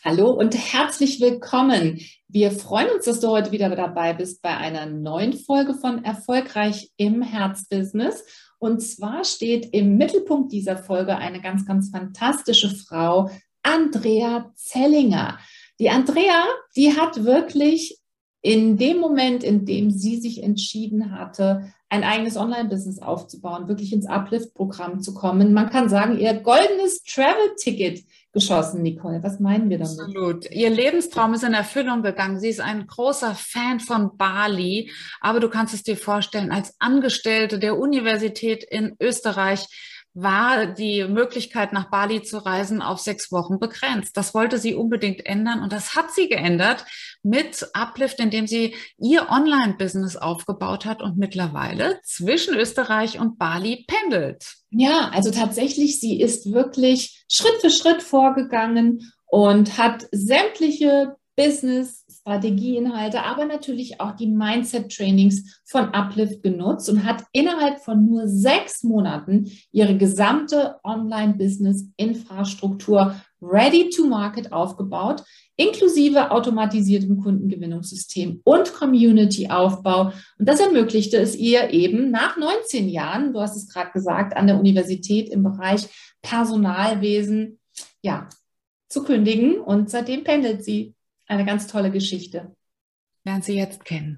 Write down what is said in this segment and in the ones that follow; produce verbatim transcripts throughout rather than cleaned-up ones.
Hallo und herzlich willkommen. Wir freuen uns, dass du heute wieder dabei bist bei einer neuen Folge von Erfolgreich im Herzbusiness. Und zwar steht im Mittelpunkt dieser Folge eine ganz, ganz fantastische Frau, Andrea Zellinger. Die Andrea, die hat wirklich in dem Moment, in dem sie sich entschieden hatte, ein eigenes Online-Business aufzubauen, wirklich ins Uplift-Programm zu kommen. Man kann sagen, ihr goldenes Travel-Ticket geschossen, Nicole. Was meinen wir damit? Absolut. Ihr Lebenstraum ist in Erfüllung gegangen. Sie ist ein großer Fan von Bali, aber du kannst es dir vorstellen, als Angestellte der Universität in Österreich war die Möglichkeit, nach Bali zu reisen, auf sechs Wochen begrenzt. Das wollte sie unbedingt ändern und das hat sie geändert mit Uplift, indem sie ihr Online-Business aufgebaut hat und mittlerweile zwischen Österreich und Bali pendelt. Ja, also tatsächlich, sie ist wirklich Schritt für Schritt vorgegangen und hat sämtliche Business-Strategieinhalte, aber natürlich auch die Mindset-Trainings von Uplift genutzt und hat innerhalb von nur sechs Monaten ihre gesamte Online-Business-Infrastruktur ready to market aufgebaut, inklusive automatisiertem Kundengewinnungssystem und Community-Aufbau. Und das ermöglichte es ihr eben nach neunzehn Jahren, du hast es gerade gesagt, an der Universität im Bereich Personalwesen, ja, zu kündigen. Und seitdem pendelt sie. Eine ganz tolle Geschichte. Lernen Sie jetzt kennen.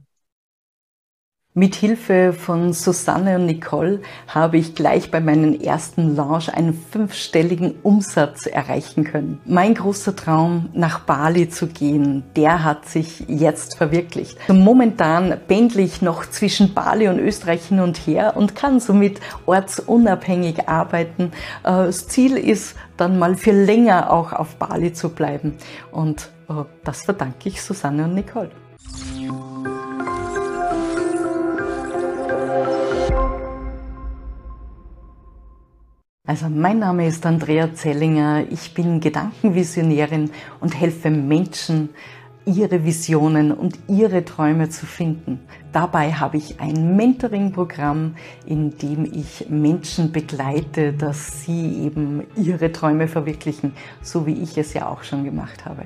Mit Hilfe von Susanne und Nicole habe ich gleich bei meinem ersten Launch einen fünfstelligen Umsatz erreichen können. Mein großer Traum, nach Bali zu gehen, der hat sich jetzt verwirklicht. Momentan pendle ich noch zwischen Bali und Österreich hin und her und kann somit ortsunabhängig arbeiten. Das Ziel ist dann mal für länger auch auf Bali zu bleiben. Und das verdanke ich Susanne und Nicole. Also mein Name ist Andrea Zellinger, ich bin Gedankenvisionärin und helfe Menschen, ihre Visionen und ihre Träume zu finden. Dabei habe ich ein Mentoring-Programm, in dem ich Menschen begleite, dass sie eben ihre Träume verwirklichen, so wie ich es ja auch schon gemacht habe.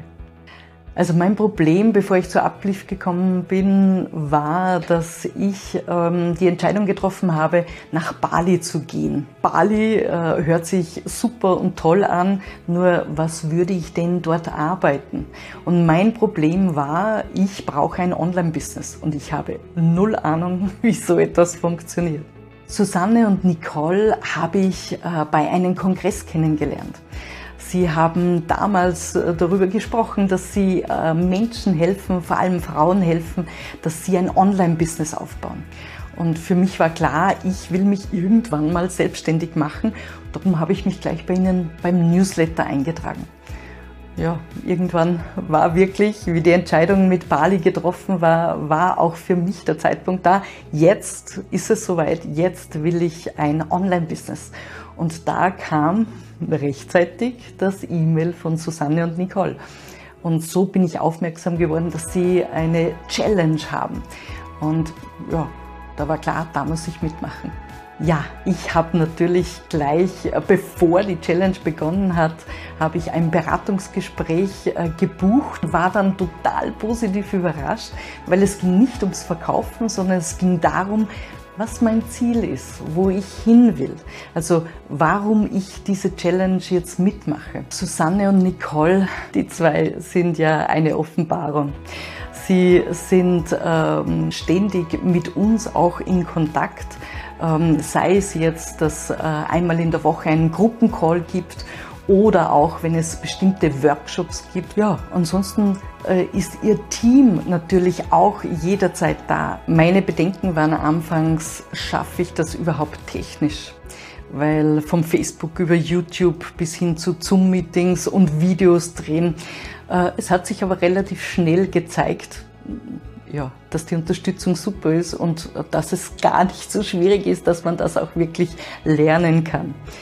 Also mein Problem, bevor ich zur Uplift gekommen bin, war, dass ich ähm, die Entscheidung getroffen habe, nach Bali zu gehen. Bali äh, hört sich super und toll an, nur was würde ich denn dort arbeiten? Und mein Problem war, ich brauche ein Online-Business und ich habe null Ahnung, wie so etwas funktioniert. Susanne und Nicole habe ich äh, bei einem Kongress kennengelernt. Sie haben damals darüber gesprochen, dass Sie Menschen helfen, vor allem Frauen helfen, dass sie ein Online-Business aufbauen. Und für mich war klar, ich will mich irgendwann mal selbstständig machen. Darum habe ich mich gleich bei Ihnen beim Newsletter eingetragen. Ja, irgendwann war wirklich, wie die Entscheidung mit Bali getroffen war, war auch für mich der Zeitpunkt da. Jetzt ist es soweit, jetzt will ich ein Online-Business. Und da kam rechtzeitig das E-Mail von Susanne und Nicole. Und so bin ich aufmerksam geworden, dass sie eine Challenge haben. Und ja, da war klar, da muss ich mitmachen. Ja, ich habe natürlich gleich, bevor die Challenge begonnen hat, habe ich ein Beratungsgespräch gebucht, war dann total positiv überrascht, weil es ging nicht ums Verkaufen, sondern es ging darum, was mein Ziel ist, wo ich hin will. Also warum ich diese Challenge jetzt mitmache. Susanne und Nicole, die zwei sind ja eine Offenbarung. Sie sind ähm, ständig mit uns auch in Kontakt. Ähm, sei es jetzt, dass äh, einmal in der Woche einen Gruppencall gibt oder auch, wenn es bestimmte Workshops gibt. Ja, ansonsten äh, ist ihr Team natürlich auch jederzeit da. Meine Bedenken waren anfangs, schaffe ich das überhaupt technisch? Weil vom Facebook über YouTube bis hin zu Zoom-Meetings und Videos drehen. Äh, es hat sich aber relativ schnell gezeigt, ja, dass die Unterstützung super ist und dass es gar nicht so schwierig ist, dass man das auch wirklich lernen kann.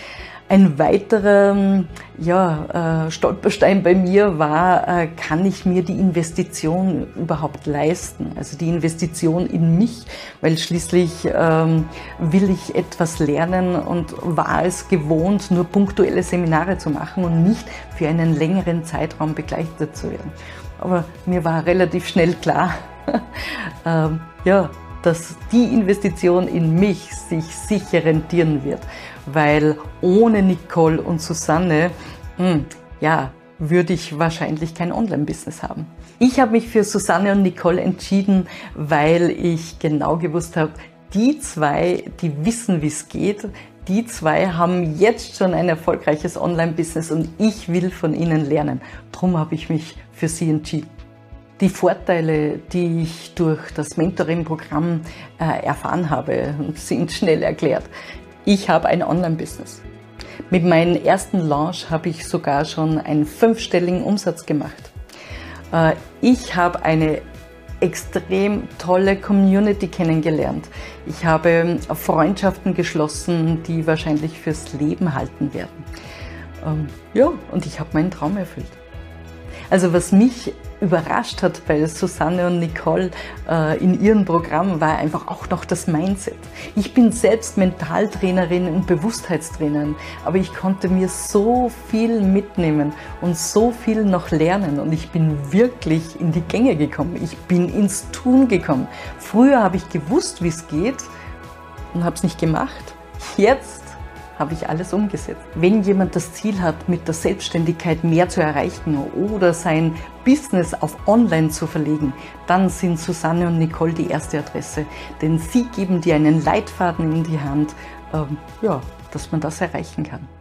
Ein weiterer ja, äh, Stolperstein bei mir war, äh, kann ich mir die Investition überhaupt leisten? Also die Investition in mich, weil schließlich ähm, will ich etwas lernen und war es gewohnt, nur punktuelle Seminare zu machen und nicht für einen längeren Zeitraum begleitet zu werden. Aber mir war relativ schnell klar, ähm, ja, dass die Investition in mich sich sicher rentieren wird, weil ohne Nicole und Susanne, hm, ja, würde ich wahrscheinlich kein Online-Business haben. Ich habe mich für Susanne und Nicole entschieden, weil ich genau gewusst habe, die zwei, die wissen, wie es geht, die zwei haben jetzt schon ein erfolgreiches Online-Business und ich will von ihnen lernen. Darum habe ich mich für sie entschieden. Die Vorteile, die ich durch das Mentoring-Programm äh, erfahren habe, sind schnell erklärt. Ich habe ein Online-Business. Mit meinem ersten Launch habe ich sogar schon einen fünfstelligen Umsatz gemacht. Äh, ich habe eine extrem tolle Community kennengelernt. Ich habe Freundschaften geschlossen, die wahrscheinlich fürs Leben halten werden. Ähm, ja, und ich habe meinen Traum erfüllt. Also was mich überrascht hat bei Susanne und Nicole äh, in ihrem Programm, war einfach auch noch das Mindset. Ich bin selbst Mentaltrainerin und Bewusstheitstrainerin, aber ich konnte mir so viel mitnehmen und so viel noch lernen und ich bin wirklich in die Gänge gekommen. Ich bin ins Tun gekommen. Früher habe ich gewusst, wie es geht und habe es nicht gemacht. Jetzt habe ich alles umgesetzt. Wenn jemand das Ziel hat, mit der Selbstständigkeit mehr zu erreichen oder sein Business auf Online zu verlegen, dann sind Susanne und Nicole die erste Adresse. Denn sie geben dir einen Leitfaden in die Hand, ähm, ja, dass man das erreichen kann.